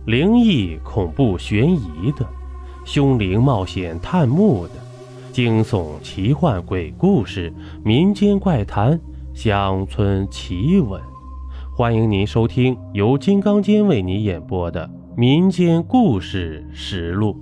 灵异、恐怖、悬疑的，凶灵冒险探墓的，惊悚、奇幻、鬼故事、民间怪谈、乡村奇闻。欢迎您收听由金刚间为你演播的民间故事实录。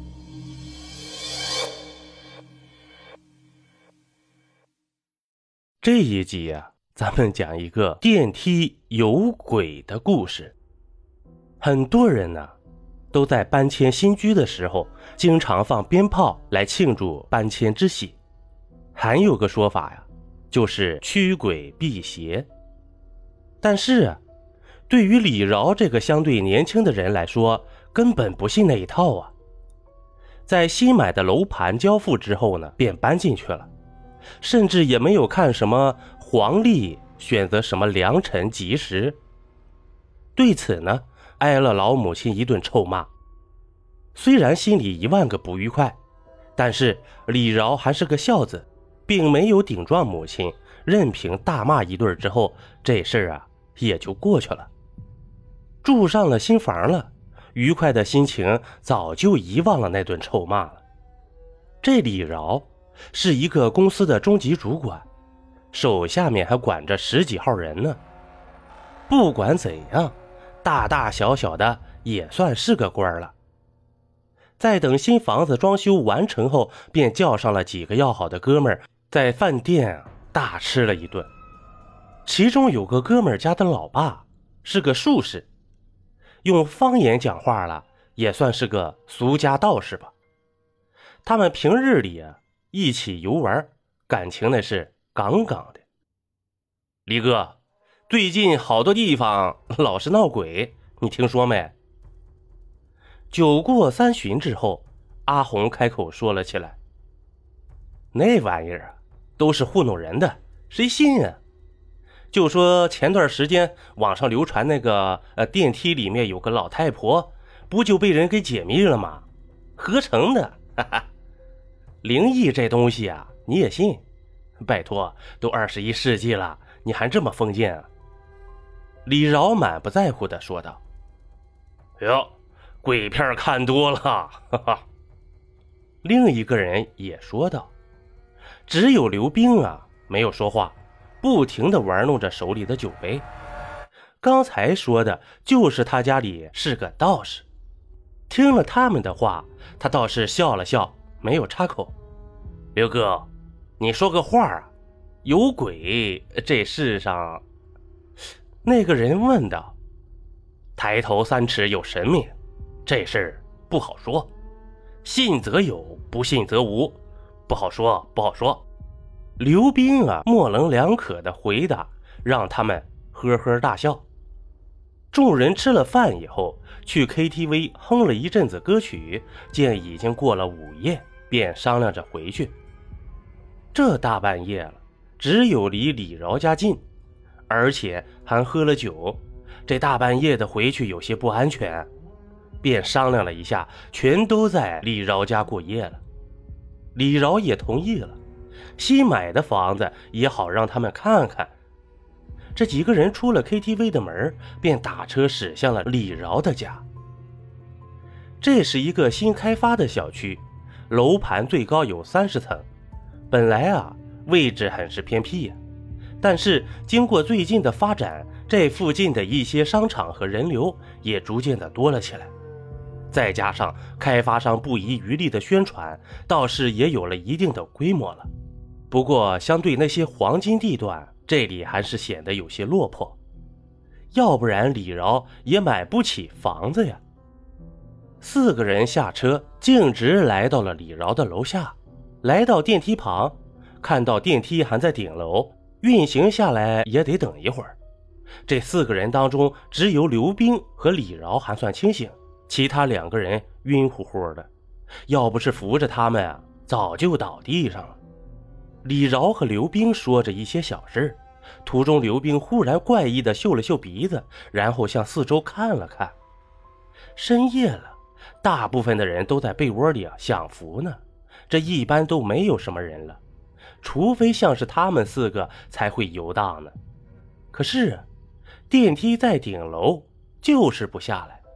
这一集啊，咱们讲一个电梯有鬼的故事。很多人呢，都在搬迁新居的时候，经常放鞭炮来庆祝搬迁之喜。还有个说法呀，就是驱鬼辟邪。但是啊，对于李饶这个相对年轻的人来说，根本不信那一套啊。在新买的楼盘交付之后呢，便搬进去了，甚至也没有看什么黄历，选择什么良辰吉时。对此呢，挨了老母亲一顿臭骂。虽然心里10000个不愉快，但是李饶还是个孝子，并没有顶撞母亲，任凭大骂一顿之后，这事儿啊也就过去了。住上了新房了，愉快的心情早就遗忘了那顿臭骂了。这李饶是一个公司的中级主管，手下面还管着10几号人呢。不管怎样，大大小小的也算是个官了。在等新房子装修完成后，便叫上了几个要好的哥们儿，在饭店大吃了一顿。其中有个哥们儿家的老爸是个术士，用方言讲话了，也算是个俗家道士吧。他们平日里啊一起游玩，感情那是杠杠的。李哥，最近好多地方老是闹鬼，你听说没？酒过3巡之后，阿红开口说了起来。那玩意儿啊，都是糊弄人的，谁信啊？就说前段时间网上流传那个电梯里面有个老太婆，不就被人给解密了吗？合成的，哈哈。灵异这东西啊，你也信？拜托，都21世纪了，你还这么封建啊？李饶满不在乎地说道。哟，鬼片看多了，哈哈。另一个人也说道。只有刘冰啊没有说话，不停地玩弄着手里的酒杯。刚才说的就是他家里是个道士。听了他们的话，他倒是笑了笑，没有插口。刘哥，你说个话啊，有鬼这世上？那个人问道。抬头3尺有神明，这事儿不好说，信则有，不信则无，不好说，不好说。刘冰啊模棱两可的回答，让他们呵呵大笑。众人吃了饭以后，去 KTV 哼了一阵子歌曲，见已经过了午夜，便商量着回去。这大半夜了，只有离李饶家近，而且还喝了酒，这大半夜的回去有些不安全，便商量了一下，全都在李饶家过夜了。李饶也同意了，新买的房子也好让他们看看。这几个人出了 KTV 的门，便打车驶向了李饶的家。这是一个新开发的小区，楼盘最高有30层。本来啊位置很是偏僻啊，但是经过最近的发展，这附近的一些商场和人流也逐渐的多了起来。再加上开发商不遗余力的宣传，倒是也有了一定的规模了。不过相对那些黄金地段，这里还是显得有些落魄，要不然李饶也买不起房子呀。4个人下车，径直来到了李饶的楼下。来到电梯旁，看到电梯还在顶楼，运行下来也得等一会儿。这4个人当中，只有刘冰和李饶还算清醒，其他2个人晕乎乎的，要不是扶着他们啊，早就倒地上了。李饶和刘冰说着一些小事，途中刘冰忽然怪异地嗅了嗅鼻子，然后向四周看了看。深夜了，大部分的人都在被窝里享福呢，这一般都没有什么人了，除非像是他们4个才会游荡呢。可是电梯在顶楼就是不下来。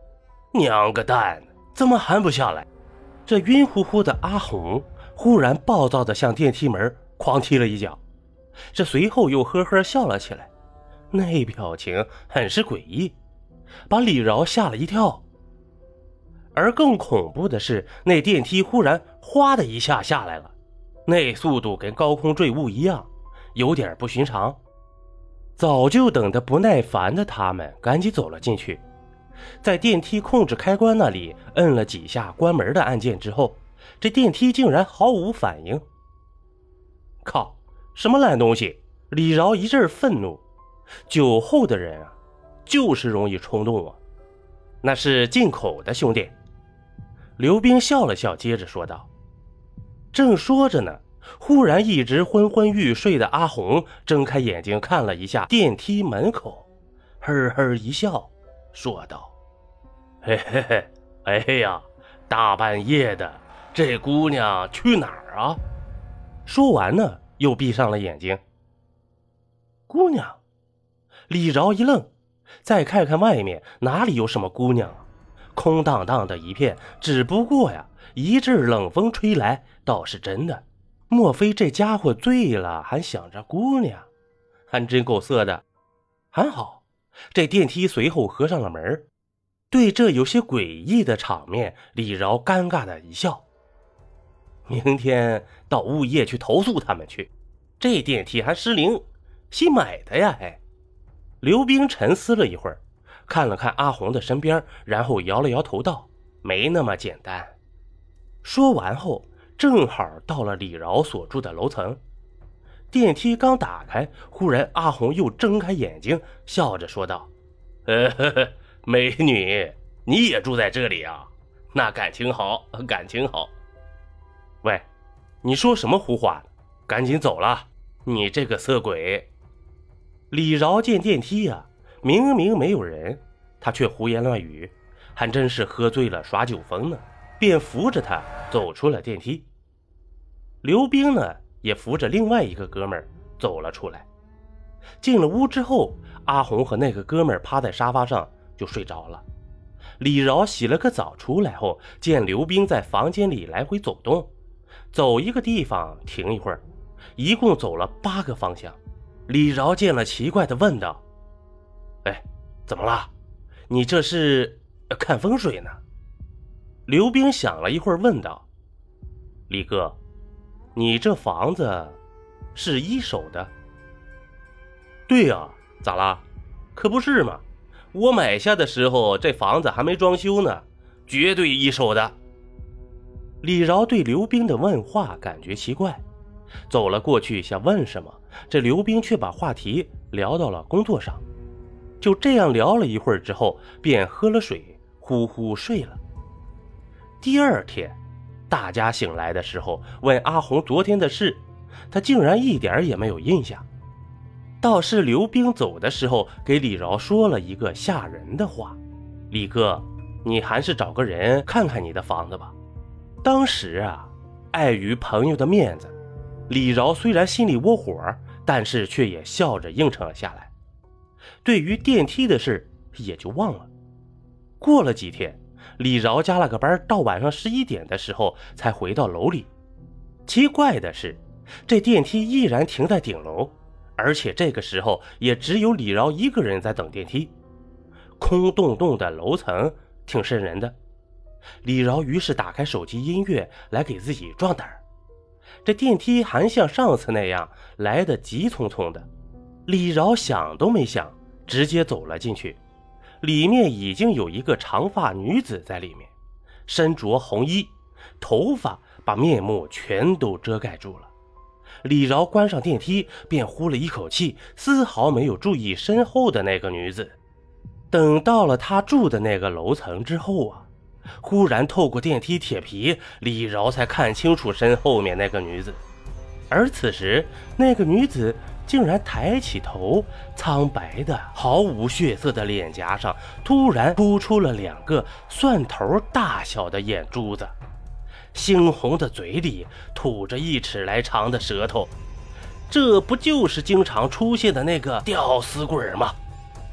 娘个蛋，怎么还不下来？这晕乎乎的阿红忽然暴躁地向电梯门狂踢了一脚，这随后又呵呵笑了起来，那表情很是诡异，把李饶吓了一跳。而更恐怖的是，那电梯忽然哗的一下下来了，那速度跟高空坠物一样，有点不寻常。早就等得不耐烦的他们赶紧走了进去，在电梯控制开关那里摁了几下关门的按键之后，这电梯竟然毫无反应。靠，什么烂东西！李饶一阵愤怒。酒后的人啊，就是容易冲动啊，那是进口的兄弟。刘冰笑了笑，接着说道。正说着呢，忽然一直昏昏欲睡的阿红睁开眼睛看了一下电梯门口，呵呵一笑，说道：嘿嘿嘿，哎呀，大半夜的，这姑娘去哪儿啊？说完呢，又闭上了眼睛。姑娘？李饶一愣，再看看外面，哪里有什么姑娘啊？空荡荡的一片，只不过呀，一阵冷风吹来，倒是真的。莫非这家伙醉了，还想着姑娘？还真够色的。还好，这电梯随后合上了门。对这有些诡异的场面，李饶尴尬的一笑。明天到物业去投诉他们去，这电梯还失灵，新买的呀还。刘冰沉思了一会儿，看了看阿红的身边，然后摇了摇头道：没那么简单。说完后，正好到了李饶所住的楼层。电梯刚打开，忽然阿红又睁开眼睛，笑着说道：美女，你也住在这里啊？那感情好，感情好。喂，你说什么胡话？赶紧走了，你这个色鬼！李饶见电梯啊，明明没有人，他却胡言乱语，还真是喝醉了耍酒疯呢，便扶着他走出了电梯。刘冰呢，也扶着另外一个哥们儿走了出来。进了屋之后，阿红和那个哥们儿趴在沙发上就睡着了。李饶洗了个澡出来后，见刘冰在房间里来回走动，走一个地方停一会儿，一共走了8个方向。李饶见了奇怪地问道：哎，怎么了？你这是看风水呢？刘冰想了一会儿问道：李哥，你这房子是一手的？对呀，咋啦？可不是嘛，我买下的时候这房子还没装修呢，绝对一手的。李饶对刘冰的问话感觉奇怪，走了过去想问什么，这刘冰却把话题聊到了工作上。就这样聊了一会儿之后，便喝了水，呼呼睡了。第二天大家醒来的时候，问阿红昨天的事，他竟然一点也没有印象。倒是刘冰走的时候给李饶说了一个吓人的话：李哥，你还是找个人看看你的房子吧。当时啊，碍于朋友的面子，李饶虽然心里窝火，但是却也笑着应承了下来。对于电梯的事也就忘了。过了几天，李饶加了个班，到晚上11点的时候才回到楼里。奇怪的是，这电梯依然停在顶楼，而且这个时候也只有李饶一个人在等电梯。空洞洞的楼层挺瘆人的。李饶于是打开手机音乐来给自己壮胆。这电梯还像上次那样来得急匆匆的，李饶想都没想，直接走了进去。里面已经有一个长发女子在里面，身着红衣，头发把面目全都遮盖住了。李饶关上电梯，便呼了一口气，丝毫没有注意身后的那个女子。等到了他住的那个楼层之后啊，忽然透过电梯铁皮，李饶才看清楚身后面那个女子。而此时那个女子竟然抬起头，苍白的毫无血色的脸颊上突然突出了2个蒜头大小的眼珠子，猩红的嘴里吐着1尺来长的舌头。这不就是经常出现的那个吊死鬼吗？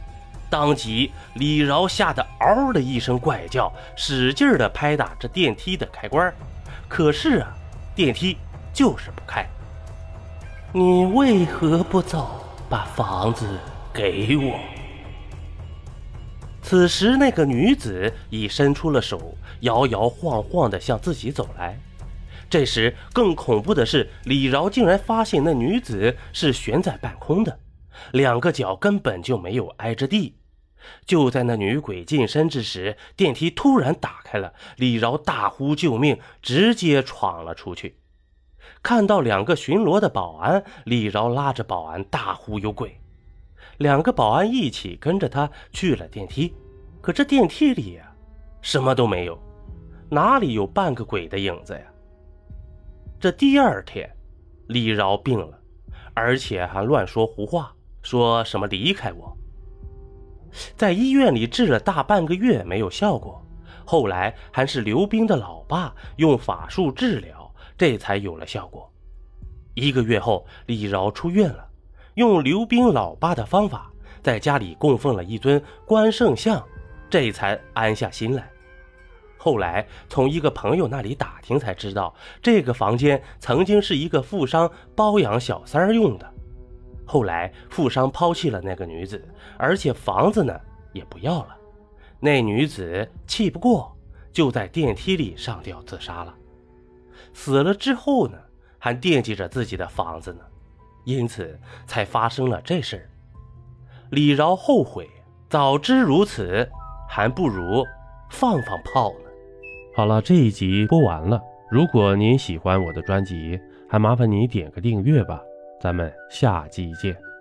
当即李饶吓得嗷的一声怪叫，使劲地拍打着电梯的开关。可是啊，电梯就是不开。你为何不走，把房子给我？此时那个女子已伸出了手，摇摇晃晃地向自己走来。这时更恐怖的是，李饶竟然发现那女子是悬在半空的，两个脚根本就没有挨着地。就在那女鬼近身之时，电梯突然打开了，李饶大呼救命，直接闯了出去。看到两个巡逻的保安，李饶拉着保安大呼有鬼。两个保安一起跟着他去了电梯，可这电梯里啊，什么都没有，哪里有半个鬼的影子呀？这第二天，李饶病了，而且还乱说胡话，说什么离开我。在医院里治了大半个月没有效果，后来还是刘冰的老爸用法术治疗，这才有了效果。1个月后，李饶出院了，用刘冰老爸的方法，在家里供奉了一尊关圣像，这才安下心来。后来从一个朋友那里打听才知道，这个房间曾经是一个富商包养小三用的。后来富商抛弃了那个女子，而且房子呢也不要了。那女子气不过，就在电梯里上吊自杀了。死了之后呢，还惦记着自己的房子呢，因此才发生了这事儿。李饶后悔，早知如此，还不如放放炮呢。 好了，这一集播完了。如果您喜欢我的专辑，还麻烦你点个订阅吧。咱们下集见。